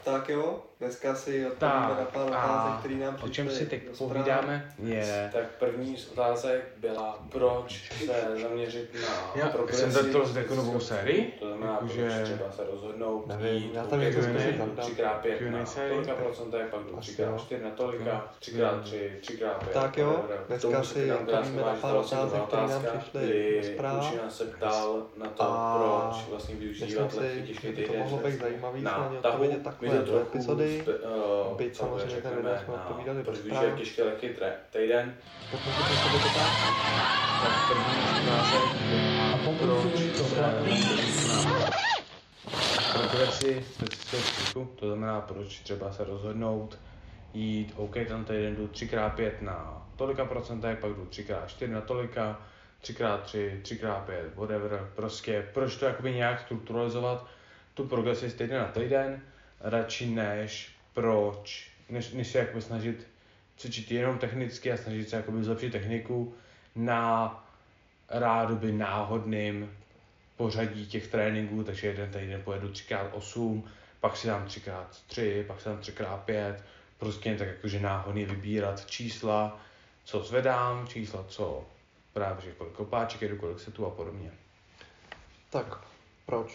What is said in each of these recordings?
Tak jo, dneska si odpovíme na pár otázek, které nám přišly. O čem si teď povídáme je... Tak první z otázek byla, proč se zaměřit na progresy. Já jsem tady jako novou sérii. To znamená, proč třeba se rozhodnout jít já tam něco zkusit 3x5 na tolika procentek, pak jdu 3x4 na tolika, 3x3, 3x5. Tak jo, dneska si odpovíme na pár otázek, které nám přišly do zpráv. Klučina se ptal na to, proč vlastně využívat lehký těžký týden. To mohlo být zajímavý na ně odpovědět takové do epizody. Byť samozřejmě ten video jsme odpovídali do zpráv. Proč těžký lehký týden. Tak můžete se to tak? Tak první otázek a progresy specifického cyklu, to znamená, proč třeba se rozhodnout jít, OK, ten týden jdu 3x5 na tolika procentek, pak jdu 3x4 na tolika, 3x3, 3x5, whatever, prostě proč to jakoby nějak strukturalizovat tu progresi z týden na týden, radši než se jakoby snažit cvičit jenom technicky a snažit se jakoby zlepšit techniku na rádoby náhodným pořadí těch tréninků, takže jeden týden pojedu 3x8, pak si dám 3x3, pak si dám 3x5, prostě jen tak jakože náhodně vybírat čísla, co zvedám, čísla, co právě, že kolik kopáček jedu, kolik setů a podobně. Tak, proč?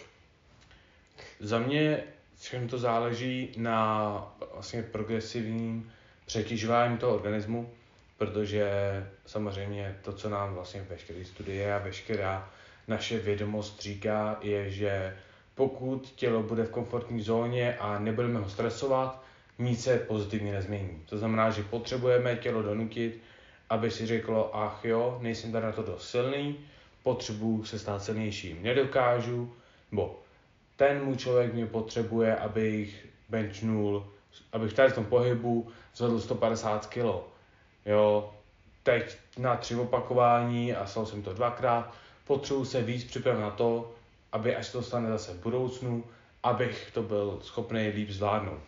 Za mě všechno to záleží na vlastně progresivním přetěžování toho organismu, protože samozřejmě to, co nám vlastně veškeré studie a veškerá naše vědomost říká, je, že pokud tělo bude v komfortní zóně a nebudeme ho stresovat, nic se pozitivně nezmění. To znamená, že potřebujeme tělo donutit, aby si řeklo, ach jo, nejsem tady na to dost silný, potřebuji se stát silnějším. Nedokážu, bo ten můj člověk mě potřebuje, abych benchnul, abych tady v tom pohybu zvedl 150 kg. Jo, teď na 3 opakování a stalo jsem to 2krát, potřebuji se víc připravit na to, aby až to stane zase v budoucnu, abych to byl schopný líp zvládnout.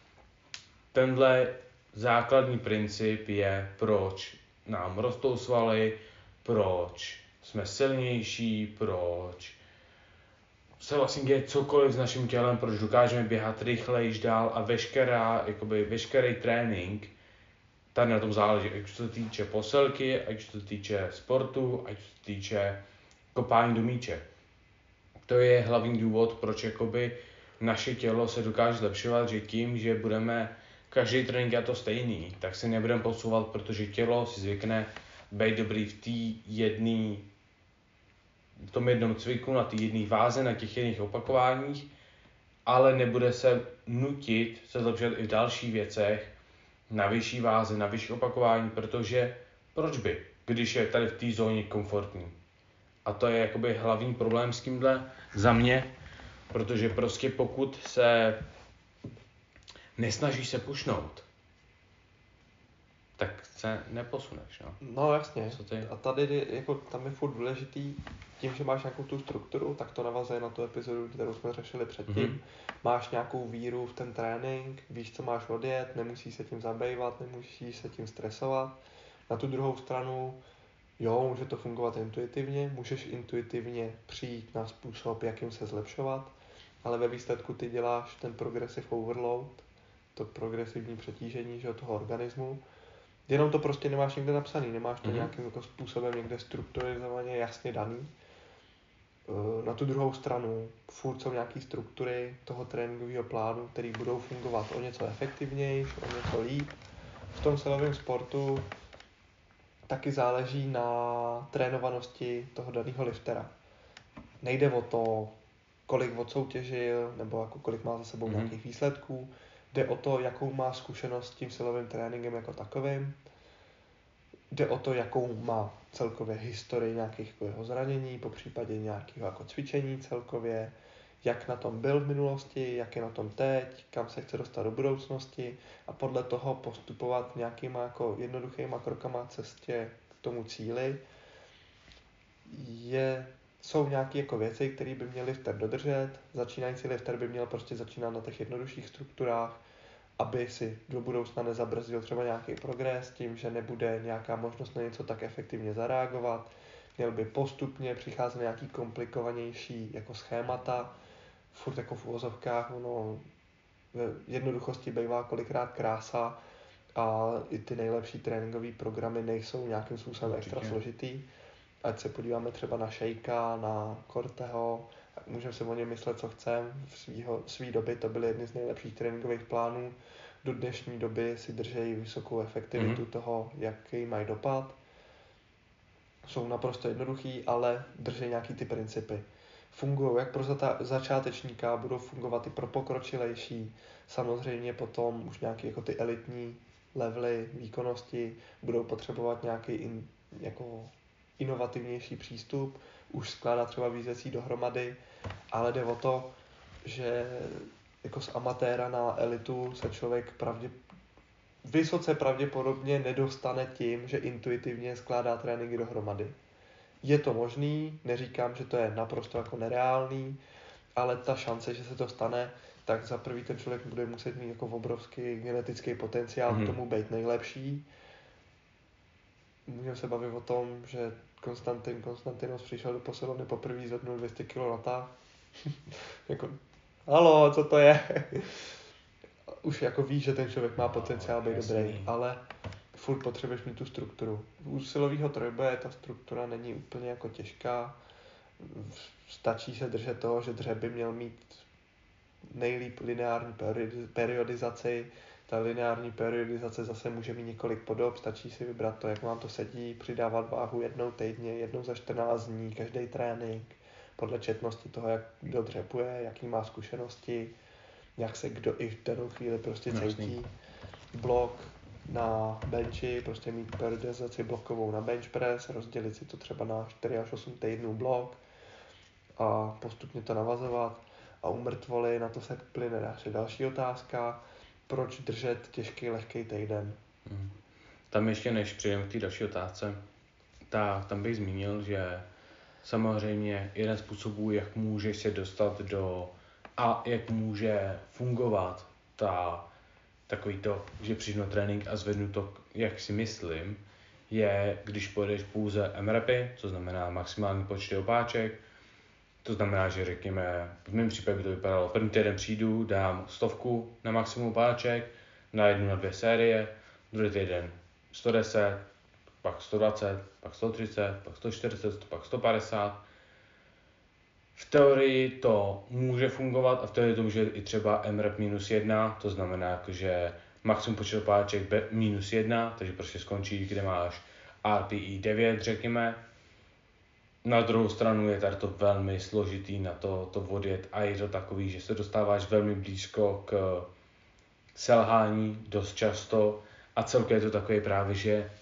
Tenhle základní princip je, proč nám rostou svaly, proč jsme silnější, proč se vlastně děje cokoliv s naším tělem, proč dokážeme běhat rychlejš dál a veškerý trénink tady na tom záleží, ať se to týče posilky, ať se to týče sportu, ať se to týče kopání do míče. To je hlavní důvod, proč naše tělo se dokáže zlepšovat, že tím, že budeme každý trénink je to stejný, tak se nebudeme posouvat, protože tělo si zvykne být dobrý v tom jednom cviku, na té jedné váze, na těch jedných opakováních, ale nebude se nutit se zlepšovat i v dalších věcech, na vyšší váze, na vyšší opakování, protože proč by, když je tady v té zóně komfortní. A to je hlavní problém s tímhle za mě, protože prostě pokud se nesnažíš se pušnout, tak se neposuneš, no. No jasně. A tady tam je furt důležitý, tím, že máš nějakou tu strukturu, tak to navazuje na tu epizodu, kterou jsme řešili předtím. Máš nějakou víru v ten trénink, víš, co máš odjet, nemusíš se tím zabývat, nemusíš se tím stresovat. Na tu druhou stranu, jo, může to fungovat intuitivně, můžeš intuitivně přijít na způsob, jakým se zlepšovat, ale ve výsledku ty děláš ten progressive overload, to progresivní přetížení, že, toho organismu. Jenom to prostě nemáš někde napsaný, nemáš to nějakým jako způsobem někde strukturalizovaně jasně daný. Na tu druhou stranu furt jsou nějaké struktury toho tréninkového plánu, které budou fungovat o něco efektivněji, o něco líp. V tom silovém sportu taky záleží na trénovanosti toho daného liftera. Nejde o to, kolik odsoutěžil, nebo jako kolik má za sebou nějakých výsledků. Jde o to, jakou má zkušenost s tím silovým tréninkem jako takovým. Jde o to, jakou má celkově historii nějakých jeho zranění, po případě nějakého jako cvičení celkově, jak na tom byl v minulosti, jak je na tom teď, kam se chce dostat do budoucnosti a podle toho postupovat nějakýma jako jednoduchýma krokama cestě k tomu cíli. Jsou nějaké jako věci, které by měl lifter dodržet. Začínající lifter by měl prostě začínat na těch jednodušších strukturách, aby si do budoucna nezabrzdil třeba nějaký progres tím, že nebude nějaká možnost na něco tak efektivně zareagovat. Měl by postupně přicházet na nějaký komplikovanější jako schémata, furt jako v uvozovkách, v jednoduchosti bývá kolikrát krása a i ty nejlepší tréninkové programy nejsou nějakým způsobem extra složitý. Ať se podíváme třeba na Shejka, na Corteho, můžeme si o něm myslet, co chceme. V svý doby to byly jedny z nejlepších tréninkových plánů. Do dnešní doby si držejí vysokou efektivitu toho, jaký mají dopad. Jsou naprosto jednoduchý, ale drží nějaký ty principy. Fungují jak pro začátečníka, budou fungovat i pro pokročilejší. Samozřejmě potom už nějaké jako ty elitní levely výkonnosti budou potřebovat nějaký jako inovativnější přístup, už skládat třeba víc věcí dohromady, ale jde o to, že jako z amatéra na elitu se člověk vysoce pravděpodobně nedostane tím, že intuitivně skládá tréninky dohromady. Je to možný, neříkám, že to je naprosto jako nereálný, ale ta šance, že se to stane, tak za prvý ten člověk bude muset mít jako obrovský genetický potenciál k tomu být nejlepší. Můžeme se bavit o tom, že Konstantinos přišel do posilovny poprvé, zvednul 200 kg na tah. jako, halo, co to je? Už jako víš, že ten člověk má potenciál být dobrý, ale furt potřebuješ mít tu strukturu. U silového trojboje ta struktura není úplně jako těžká. Stačí se držet toho, že dřep by měl mít nejlíp lineární periodizaci. Ta lineární periodizace zase může mít několik podob, stačí si vybrat to, jak vám to sedí, přidávat váhu jednou týdně, jednou za 14 dní, každý trénink, podle četnosti toho, jak kdo dřepuje, jaký má zkušenosti, jak se kdo i v danou chvíli prostě cítí. Blok na benchi, prostě mít periodizaci blokovou na bench press, rozdělit si to třeba na 4 až 8 týdnů blok a postupně to navazovat. A u mrtvoly na to se plyne další otázka, proč držet těžký, lehký týden. Tam ještě než přijdeme k té další otázce, tak tam bych zmínil, že samozřejmě jeden z způsobů, jak můžeš se dostat a jak může fungovat takový to, že přijdu na trénink a zvednu to, jak si myslím, je, když pojedeš pouze MREPy, co znamená maximální počty opáček. To znamená, že řekněme, v mém případě by to vypadalo, první týden přijdu, dám 100 na maximum opáček, na 1 na 2 série, druhý týden 110, pak 120, pak 130, pak 140, pak 150. V teorii to může fungovat a v teorii to může i třeba MREP -1, to znamená, že maximum počet opáček -1, takže prostě skončí, kde máš RPE 9, řekněme. Na druhou stranu je tady to velmi složitý na to odjet a je to takový, že se dostáváš velmi blízko k selhání dost často a celkově je to takový právě, že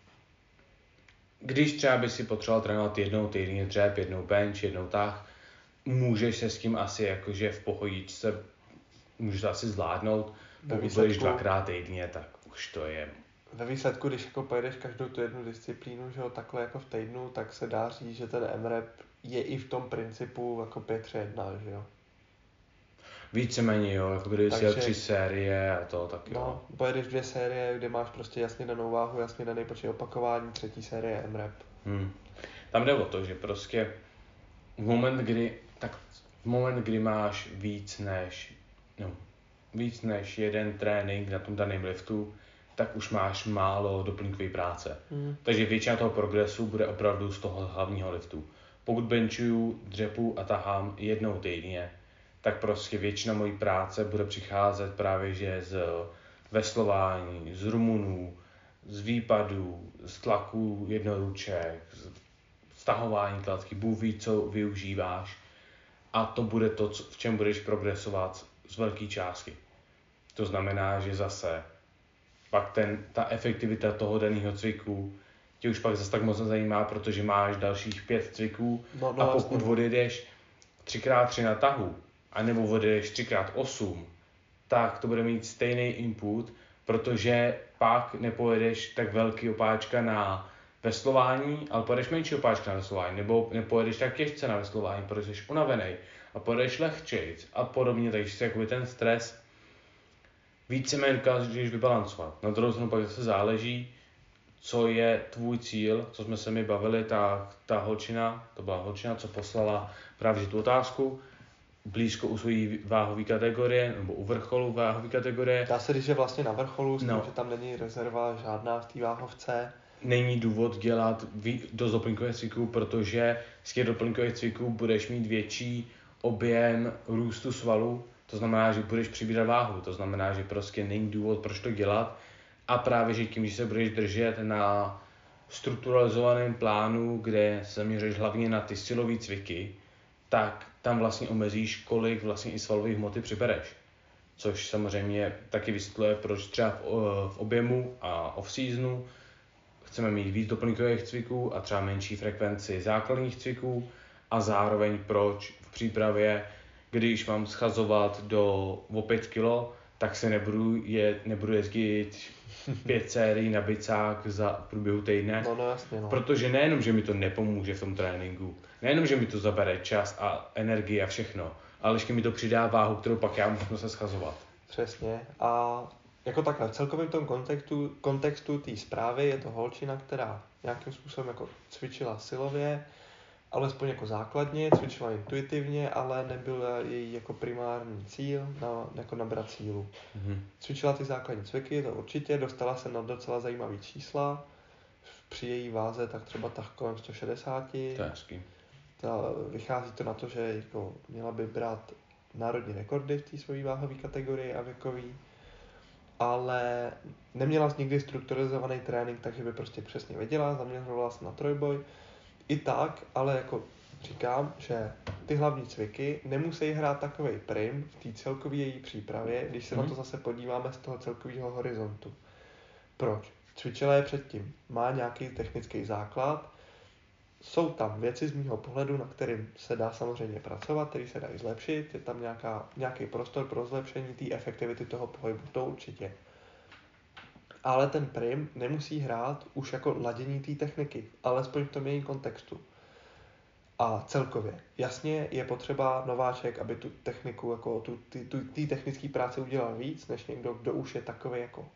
když třeba by si potřeboval trénovat jednou týdně dřep, jednou bench, jednou tah, můžeš se s tím asi jakože v pohodičce, můžeš to asi zvládnout, pokud budeš 2x týdně, tak už to je. Ve výsledku, když jako pojedeš každou tu jednu disciplínu, že jo, takhle jako v týdnu, tak se dá říct, že ten MREP je i v tom principu jako 5-3-1, že jo. Víceméně jo, jako když jsi 3 série a to, tak jo. No, pojedeš 2 série, kde máš prostě jasně danou váhu, jasně daný počet opakování, 3. série MREP. Tam jde o to, že prostě v moment, kdy máš víc než jeden trénink na tom daném liftu, tak už máš málo doplňkové práce. Takže většina toho progresu bude opravdu z toho hlavního liftu. Pokud benchuju, dřepu a tahám jednou týdně, tak prostě většina mojí práce bude přicházet právě že z veslování, z rumunů, z výpadů, z tlaků jednoruček, z stahování kladky, Bůh ví, co využíváš. A to bude to, v čem budeš progresovat z velké částky. To znamená, že zase pak ta efektivita toho daného cviku tě už pak zase tak moc nezajímá, protože máš dalších 5 cviků a pokud odjedeš 3x3 na tahu, anebo odjedeš 3x8, tak to bude mít stejný input, protože pak nepojedeš tak velký opáčka na veslování, ale pojedeš menší opáčka na veslování, nebo nepojedeš tak těžce na veslování, protože jsi unavený a pojedeš lehčejc a podobně, takže si jakoby ten stres víceméně dokážeš vybalancovat. Na druhou stranu pak zase záleží, co je tvůj cíl, co jsme se mi bavili, ta holčina, to byla holčina, co poslala právě tu otázku, blízko u svojí váhové kategorie, nebo u vrcholu váhové kategorie. Dá se říct, že vlastně na vrcholu, s tím, že tam není rezerva žádná v té váhovce. Není důvod dělat dost doplňkových cviků, protože z těch doplňkových cviků budeš mít větší objem růstu svalů, to znamená, že budeš přibírat váhu, to znamená, že prostě není důvod, proč to dělat. A právě, že tím, že se budeš držet na strukturalizovaném plánu, kde se zaměříš hlavně na ty silové cviky, tak tam vlastně omezíš, kolik vlastně i svalové hmoty přibereš. Což samozřejmě taky vysvětluje, proč třeba v objemu a off-seasonu chceme mít víc doplňkových cviků a třeba menší frekvenci základních cviků a zároveň proč v přípravě, když mám schazovat o 5 kg, tak se nebudu jezdit 5 sérií na bicák za průběhu týdne. No jasně, no. Protože nejenom, že mi to nepomůže v tom tréninku, nejenom, že mi to zabere čas a energii a všechno, ale ještě mi to přidá váhu, kterou pak já musím se schazovat. Přesně. A jako takhle, v celkovém tom kontextu té zprávy je to holčina, která nějakým způsobem jako cvičila silově, alespoň jako základně, cvičila intuitivně, ale nebyl její jako primární cíl jako nabrat sílu. Mm-hmm. Cvičila ty základní cviky, to určitě, dostala se na docela zajímavý čísla, při její váze tak třeba tak kolem 160. To je hezký. Vychází to na to, že jako měla by brát národní rekordy v té své váhové kategorii a věkový, ale neměla nikdy strukturalizovaný trénink, takže by prostě přesně věděla, zaměřovala se na trojboj. I tak, ale jako říkám, že ty hlavní cviky nemusí hrát takovej prim v té celkové její přípravě, když se na to zase podíváme z toho celkového horizontu. Proč? Cvičila je předtím, má nějaký technický základ, jsou tam věci z mýho pohledu, na kterým se dá samozřejmě pracovat, který se dají zlepšit, je tam nějaký prostor pro zlepšení té efektivity toho pohybu, to určitě. Ale ten prim nemusí hrát už jako ladění té techniky, alespoň v tom jejím kontextu. A celkově, jasně je potřeba nováček, aby tu techniku, jako ty technické práce udělal víc, než někdo, kdo už je takový jako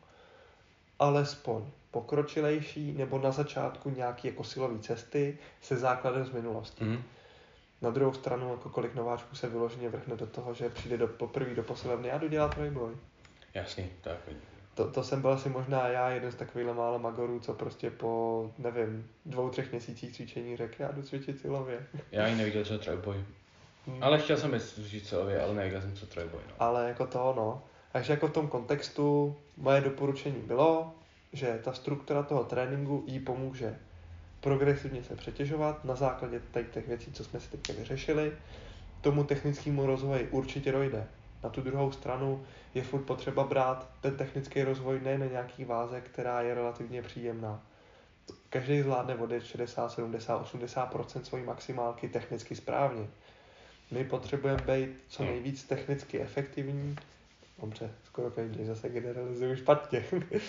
alespoň pokročilejší, nebo na začátku nějaký jako silový cesty se základem z minulosti. Na druhou stranu, jako kolik nováčků se vyloženě vrhne do toho, že přijde poprvé do posilovny a jdu dělat trojboj. Jasný, tak. To jsem byl asi možná já, jeden z takových málo magorů, co prostě po, nevím, 2-3 měsících cvičení řekl, já jdu cvičit silově. Já ani neviděl, co je trojboj. Ale chtěl jsem cvičit silově, ale neviděl jsem, co je trojboj. No. Ale jako to, no. Takže jako v tom kontextu moje doporučení bylo, že ta struktura toho tréninku jí pomůže progresivně se přetěžovat na základě těch věcí, co jsme si teď vyřešili. Tomu technickému rozvoji určitě dojde. Na tu druhou stranu je furt potřeba brát ten technický rozvoj ne na nějaký váze, která je relativně příjemná. Každý zvládne odjet 60, 70, 80% svojí maximálky technicky správně. My potřebujeme být co nejvíc technicky efektivní. Dobře, skoro každý zase generalizuju špatně.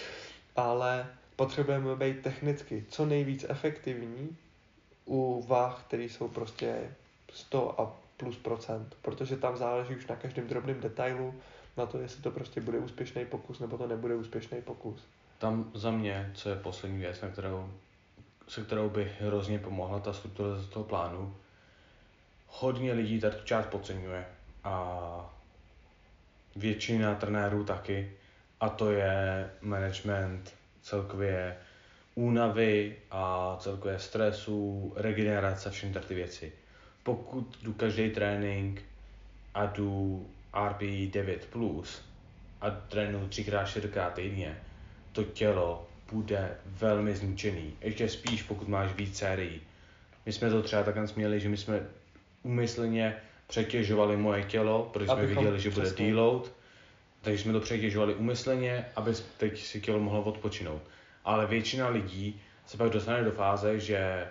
Ale potřebujeme být technicky co nejvíc efektivní u váh, které jsou prostě 100 a plus procent, protože tam záleží už na každém drobném detailu, na to, jestli to prostě bude úspěšný pokus, nebo to nebude úspěšný pokus. Tam za mě, co je poslední věc, se kterou by hrozně pomohla ta struktura toho plánu, hodně lidí tady tu část podceňuje a většina trenérů taky, a to je management celkově únavy a celkově stresu, regenerace, všechny ty věci. Pokud jdu každý trénink a jdu RPE 9+, a trénuji 3x-4x týdně, to tělo bude velmi zničený. Ještě spíš, pokud máš víc sérií. My jsme to třeba takhle měli, že my jsme úmyslně přetěžovali moje tělo, protože jsme viděli, že bude deload, takže jsme to přetěžovali úmyslně, aby teď si tělo mohlo odpočinout. Ale většina lidí se pak dostane do fáze, že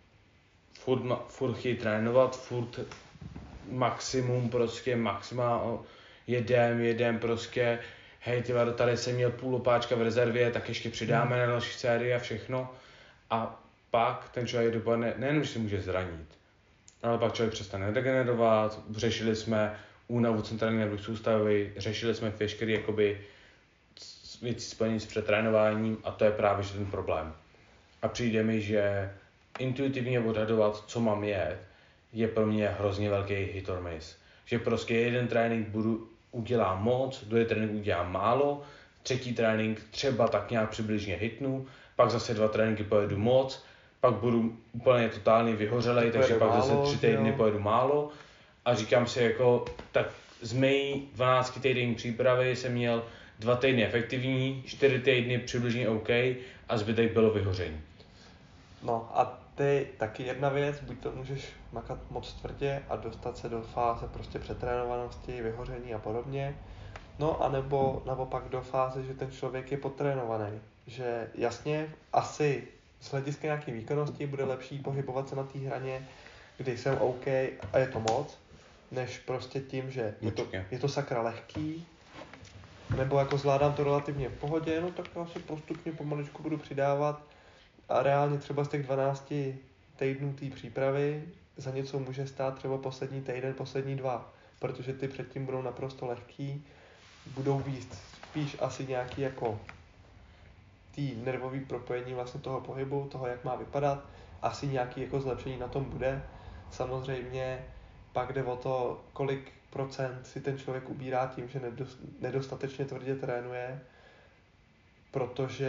furt chtějí trénovat, furt maximum, prostě maximál, jedem prostě, hej tyhle, tady jsem měl půl opáčka v rezervě, tak ještě přidáme na další sérii a všechno. A pak ten člověk dopadne, nejenom, že se může zranit, ale pak člověk přestane regenerovat, řešili jsme únavu centrální nervové soustavy, řešili jsme veškeré jakoby věci spojené s přetrénováním a to je právě že ten problém. A přijde mi, že intuitivně odhadovat, co mám jet, je pro mě hrozně velký hit or miss. Že prostě jeden trénink udělám moc, druhý trénink udělám málo, třetí trénink třeba tak nějak přibližně hitnu, pak zase 2 tréninky pojedu moc, pak budu úplně totálně vyhořelej, takže pak málo, zase 3 týdny pojedu málo a říkám si jako, tak z mé 12 týdenní přípravy jsem měl 2 týdny efektivní, 4 týdny přibližně OK a zbytek bylo vyhoření. No a ty taky jedna věc, buď to můžeš makat moc tvrdě a dostat se do fáze prostě přetrénovanosti, vyhoření a podobně, no anebo naopak do fáze, že ten člověk je podtrénovaný. Že jasně, asi z hlediska nějaké výkonnosti bude lepší pohybovat se na té hraně, kdy jsem OK a je to moc, než prostě tím, že je to sakra lehký, nebo jako zvládám to relativně v pohodě, no tak já se postupně pomaličku budu přidávat a reálně třeba z těch 12 týdnů té přípravy za něco může stát třeba poslední týden, poslední 2, protože ty předtím budou naprosto lehký, budou víc spíš asi nějaký jako tý nervový propojení vlastně toho pohybu, toho jak má vypadat, asi nějaký jako zlepšení na tom bude. Samozřejmě pak jde o to, kolik procent si ten člověk ubírá tím, že nedostatečně tvrdě trénuje, protože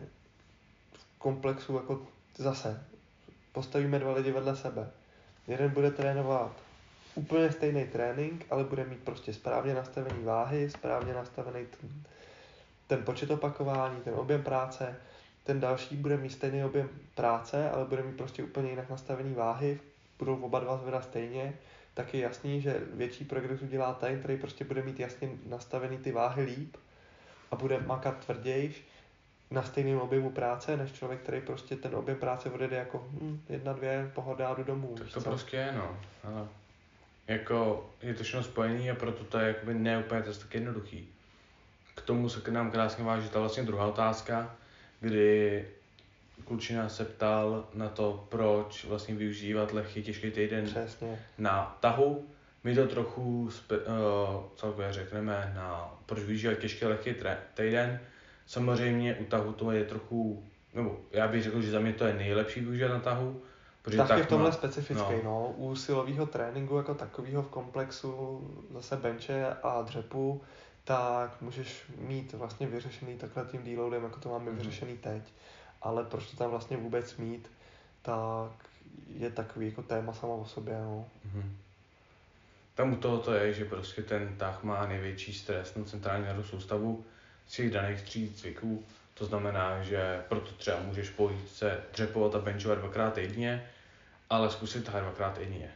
v komplexu jako zase postavíme 2 lidi vedle sebe. Jeden bude trénovat úplně stejný trénink, ale bude mít prostě správně nastavený váhy, správně nastavený ten počet opakování, ten objem práce. Ten další bude mít stejný objem práce, ale bude mít prostě úplně jinak nastavený váhy, budou oba dva zvedat stejně, tak je jasný, že větší progres udělá ten, který prostě bude mít jasně nastavený ty váhy líp a bude makat tvrdějš na stejném objemu práce, než člověk, který prostě ten objem práce odjede jako 1, 2, pohoda a jdu domů. Tak to prostě je, no. Ale jako je to všechno spojený a proto to je jakoby ne úplně to tak jednoduchý. K tomu se k nám krásně váží ta vlastně druhá otázka, kdy klučina se ptal na to, proč vlastně využívat lehký těžký týden na tahu. My to trochu celkově řekneme proč využívat těžký lehký týden. Samozřejmě u tahu to je trochu, nebo já bych řekl, že za mě to je nejlepší využívat na tahu. Tak je v tomhle specifický, no. U silového tréninku jako takového v komplexu zase benče a dřepu, tak můžeš mít vlastně vyřešený takhle tím deloadem, jako to máme vyřešený teď. Ale proč to tam vlastně vůbec mít, tak je takový jako téma sama o sobě, no. Tam u toho to je, že prostě ten tah má největší stres na centrální nervovou soustavu z těch daných 3 cviků. To znamená, že proto třeba můžeš pojít se dřepovat a benchovat 2x týdně, ale zkusit tahat 2x týdně.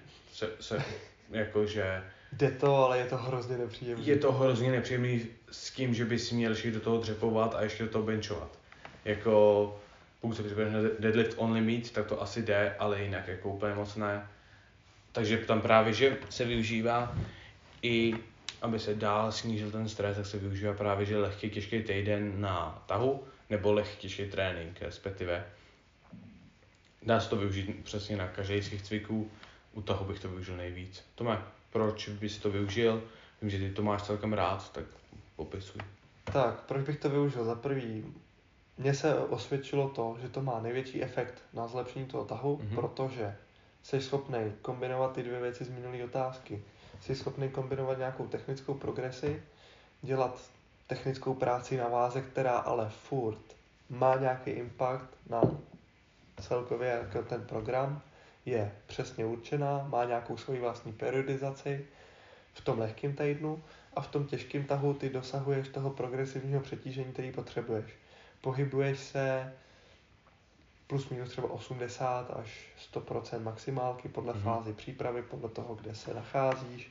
Jakože jde to, ale je to hrozně nepříjemný. Je to hrozně nepříjemný s tím, že bys měl ještě do toho dřepovat a ještě do toho benchovat. Jako pokud se připravuješ na deadlift on limit, tak to asi jde, ale jinak jako úplně moc ne. Takže tam právě, že se využívá i, aby se dál snížil ten stres, tak se využívá právě, že lehký těžký týden na tahu, nebo lehký těžký trénink, respektive. Dá se to využít přesně na každý z těch cviků, u tahu bych to využil nejvíc. Tome, proč bys to využil? Vím, že ty to máš celkem rád, tak popisuj. Tak, proč bych to využil? Za prvý, mně se osvědčilo to, že to má největší efekt na zlepšení toho tahu, protože jsi schopný kombinovat ty 2 věci z minulé otázky. Jsi schopný kombinovat nějakou technickou progresi, dělat technickou práci na váze, která ale furt má nějaký impact na celkově jako ten program, je přesně určená, má nějakou svoji vlastní periodizaci v tom lehkém týdnu a v tom těžkém tahu ty dosahuješ toho progresivního přetížení, který potřebuješ. Pohybuješ se plus minus třeba 80 až 100% maximálky podle fázy přípravy, podle toho, kde se nacházíš,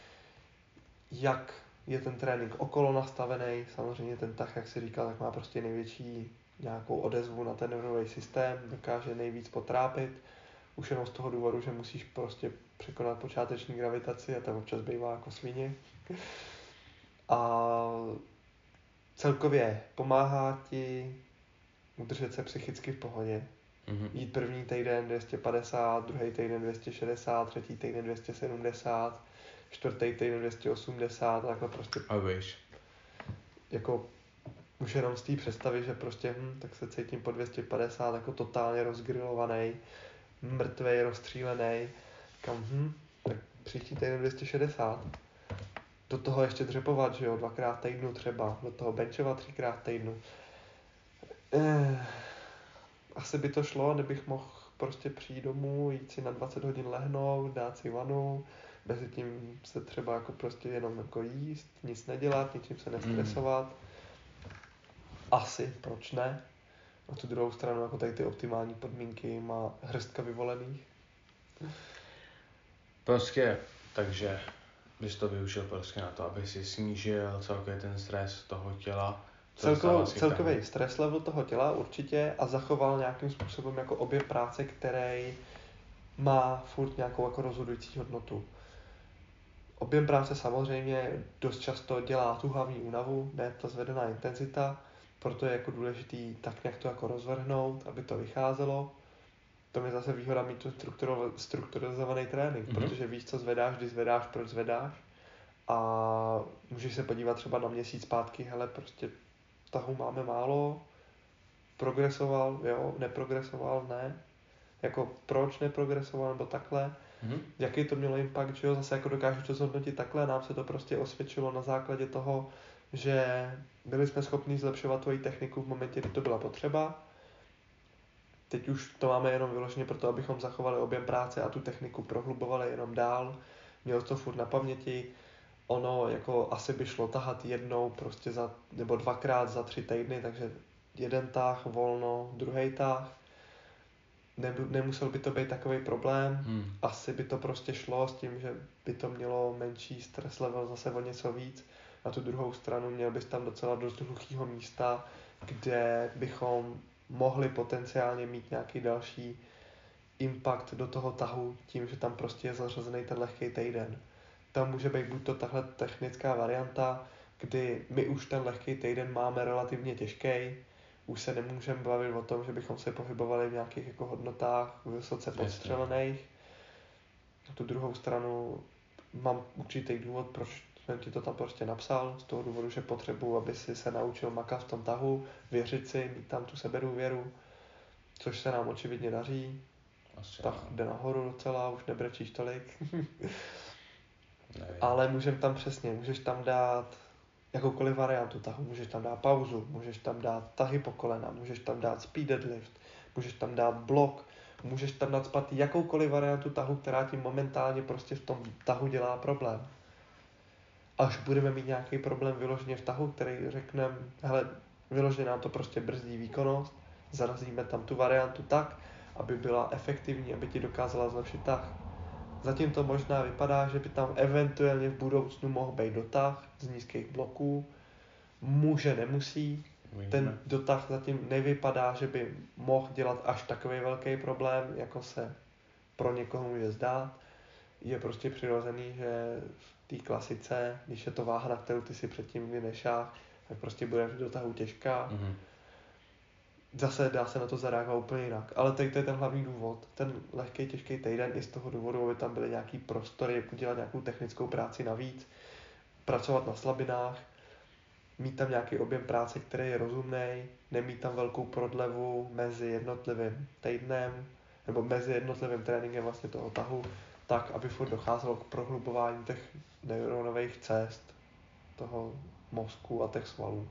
jak je ten trénink okolo nastavený, samozřejmě ten tah, jak si říkal, tak má prostě největší nějakou odezvu na ten nervový systém, dokáže nejvíc potrápit, už jenom z toho důvodu, že musíš prostě překonat počáteční gravitaci a to občas bývá jako svině. A celkově pomáhá ti udržet se psychicky v pohodě. Jít první týden 250, druhý týden 260, třetí týden 270, čtvrtý týden 280, takhle prostě. A víš. Jako už jenom z té představy, že prostě tak se cítím po 250 jako totálně rozgrilovaný, mrtvej, rozstřílený, tak příští týden 260. Do toho ještě dřepovat, že jo, 2x týdnu třeba, do toho benchovat 3x týdnu. Asi by to šlo, kdybych mohl prostě přijít domů, jít si na 20 hodin lehnout, dát si vanu, mezi tím se třeba jako prostě jenom jako jíst, nic nedělat, ničím se nestresovat. Asi, proč ne? Na tu druhou stranu jako tady ty optimální podmínky má hrstka vyvolených. Prostě, takže bys to využil prostě na to, aby si snížil celkový ten stres toho těla. Celkový stres level toho těla určitě a zachoval nějakým způsobem jako objem práce, který má furt nějakou jako rozhodující hodnotu. Objem práce samozřejmě dost často dělá tu hlavní únavu, ne ta zvedená intenzita, proto je jako důležitý tak nějak to jako rozvrhnout, aby to vycházelo. To je zase výhoda mít tu strukturalizovaný trénink, protože víš, co zvedáš, kdy zvedáš, proč zvedáš. A můžeš se podívat třeba na měsíc zpátky, hele, prostě tahu máme málo, progresoval, jo, neprogresoval, ne. Jako proč neprogresoval, nebo takhle. Jaký to mělo impact, že jo, zase jako dokážu to zhodnotit takhle, nám se to prostě osvědčilo na základě toho, že byli jsme schopni zlepšovat tvoji techniku v momentě, kdy to byla potřeba. Teď už to máme jenom vyloženě proto, abychom zachovali objem práce a tu techniku prohlubovali jenom dál. Měl to furt na paměti. Ono jako asi by šlo tahat jednou prostě nebo 2x za 3 týdny, takže jeden tah, volno, druhý tah. Nemusel by to být takový problém. Asi by to prostě šlo s tím, že by to mělo menší stres level zase o něco víc. Na tu druhou stranu měl bys tam docela dost hluchýho místa, kde bychom mohli potenciálně mít nějaký další impact do toho tahu tím, že tam prostě je zařazený ten lehký týden. Tam může být buď to tahle technická varianta, kdy my už ten lehký týden máme relativně těžký, už se nemůžeme bavit o tom, že bychom se pohybovali v nějakých jako hodnotách vysoce podstřelených. Na tu druhou stranu mám určitý důvod, proč jsem ti to tam prostě napsal, z toho důvodu, že potřebuji, aby si se naučil makat v tom tahu, věřit si, mít tam tu sebedůvěru, což se nám očividně daří. Tak jde nahoru docela, už nebrečíš tolik. Ale můžeš tam dát jakoukoliv variantu tahu, můžeš tam dát pauzu, můžeš tam dát tahy po kolena, můžeš tam dát speed deadlift, můžeš tam dát blok, můžeš tam nadspat jakoukoliv variantu tahu, která ti momentálně prostě v tom tahu dělá problém. Až budeme mít nějaký problém vyloženě v tahu, který řekneme, hele, vyloženě nám to prostě brzdí výkonnost, zarazíme tam tu variantu tak, aby byla efektivní, aby ti dokázala zlepšit tah. Zatím to možná vypadá, že by tam eventuálně v budoucnu mohl být dotah z nízkých bloků. Může, nemusí. Ten dotah zatím nevypadá, že by mohl dělat až takový velký problém, jako se pro někoho může zdát. Je prostě přirozený, že v té klasice, když je to váha, na kterou ty si předtím vynešáš, tak prostě bude v dotahu těžká. Zase dá se na to zareagovat úplně jinak. Ale teď to je ten hlavní důvod. Ten lehký, těžký týden i z toho důvodu, aby tam byly nějaký prostory, udělat nějakou technickou práci navíc, pracovat na slabinách, mít tam nějaký objem práce, který je rozumný, nemít tam velkou prodlevu mezi jednotlivým týdnem, nebo mezi jednotlivým tréninkem vlastně toho tahu, tak, aby furt docházelo k prohlubování těch neuronových cest, toho mozku a těch svalů.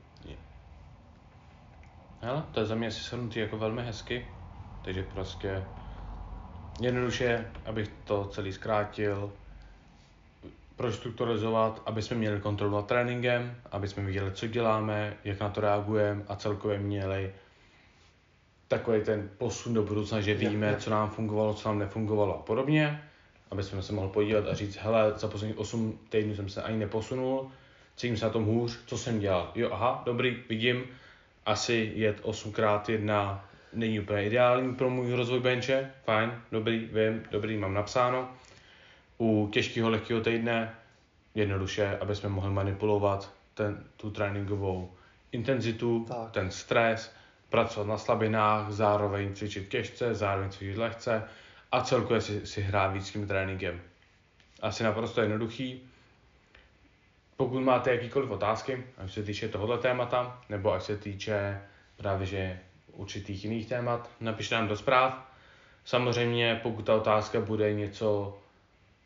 Hele, to je za mě asi shrnutý jako velmi hezky, takže prostě jednoduše, abych to celý zkrátil, prostrukturalizovat, aby jsme měli kontrolu nad tréninkem, aby jsme viděli, co děláme, jak na to reagujeme a celkově měli takový ten posun do budoucna, že víme, co nám fungovalo, co nám nefungovalo a podobně, aby jsme se mohli podívat a říct, hele, za posledních 8 týdnů jsem se ani neposunul, cítím se na tom hůř, co jsem dělal. Jo, aha, dobrý, vidím, asi jet 8x1 není úplně ideální pro můj rozvoj benče, fajn, dobrý, vím, dobrý, mám napsáno. U těžkého, lehkého týdne jednoduše, aby jsme mohli manipulovat tu tréninkovou intenzitu, tak. Ten stres, pracovat na slabinách, zároveň cvičit těžce, zároveň cvičit lehce a celkově si hrát víc tím tréninkem. Asi naprosto jednoduchý. Pokud máte jakýkoliv otázky, ať se týče tohoto témata, nebo ať se týče právě že určitých jiných témat, napište nám do zpráv. Samozřejmě, pokud ta otázka bude něco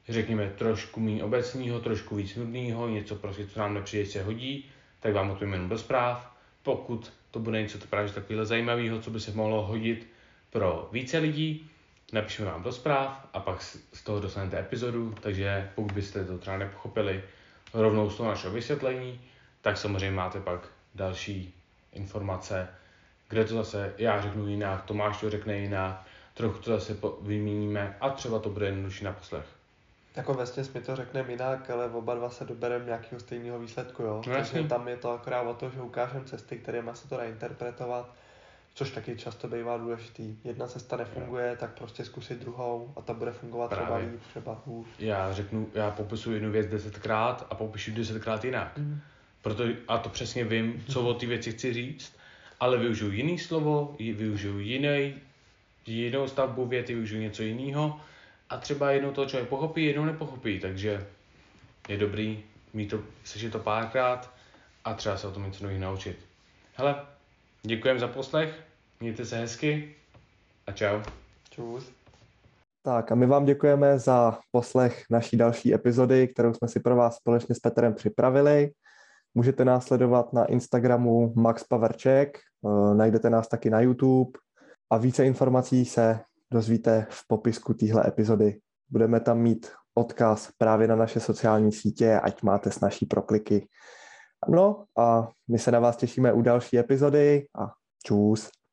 řekněme, trošku méně obecného, trošku víc nudného, něco prostě, co nám nepřijde, se hodí, tak vám odpovíme jenom do zpráv. Pokud to bude něco právě takového zajímavého, co by se mohlo hodit pro více lidí, napíšeme vám do zpráv a pak z toho dostanete epizodu, takže pokud byste to třeba nepochopili rovnou z toho našeho vysvětlení, tak samozřejmě máte pak další informace, kde to zase já řeknu jinak, Tomáš to řekne jinak, trochu to zase vyměníme a třeba to bude jednodušší na poslech. Jako vesměs mi to řekneme jinak, ale oba dva se dobereme nějakého stejného výsledku, jo. No, takže tam je to akorát o to, že ukážeme cesty, kterými se to dá interpretovat, což taky často bývá důležitý. Jedna cesta nefunguje, tak prostě zkusit druhou a ta bude fungovat třeba líp, třeba hůř. Já popisuju jednu věc 10krát a popíšu 10krát jinak. A to přesně vím, co o ty věci chci říct, ale využiju jiný slovo, využiju jinou stavbu věty, využiju něco jiného a třeba jednou toho člověk pochopí, jednou nepochopí, takže je dobrý mít to, slyšet to párkrát a třeba se o tom něco nového naučit. Hele, děkujem za poslech, mějte se hezky a čau. Čus. Tak a my vám děkujeme za poslech naší další epizody, kterou jsme si pro vás společně s Petrem připravili. Můžete nás sledovat na Instagramu Max Paverček, najdete nás taky na YouTube a více informací se dozvíte v popisku téhle epizody. Budeme tam mít odkaz právě na naše sociální sítě, ať máte snazší prokliky. No a my se na vás těšíme u další epizody a čus.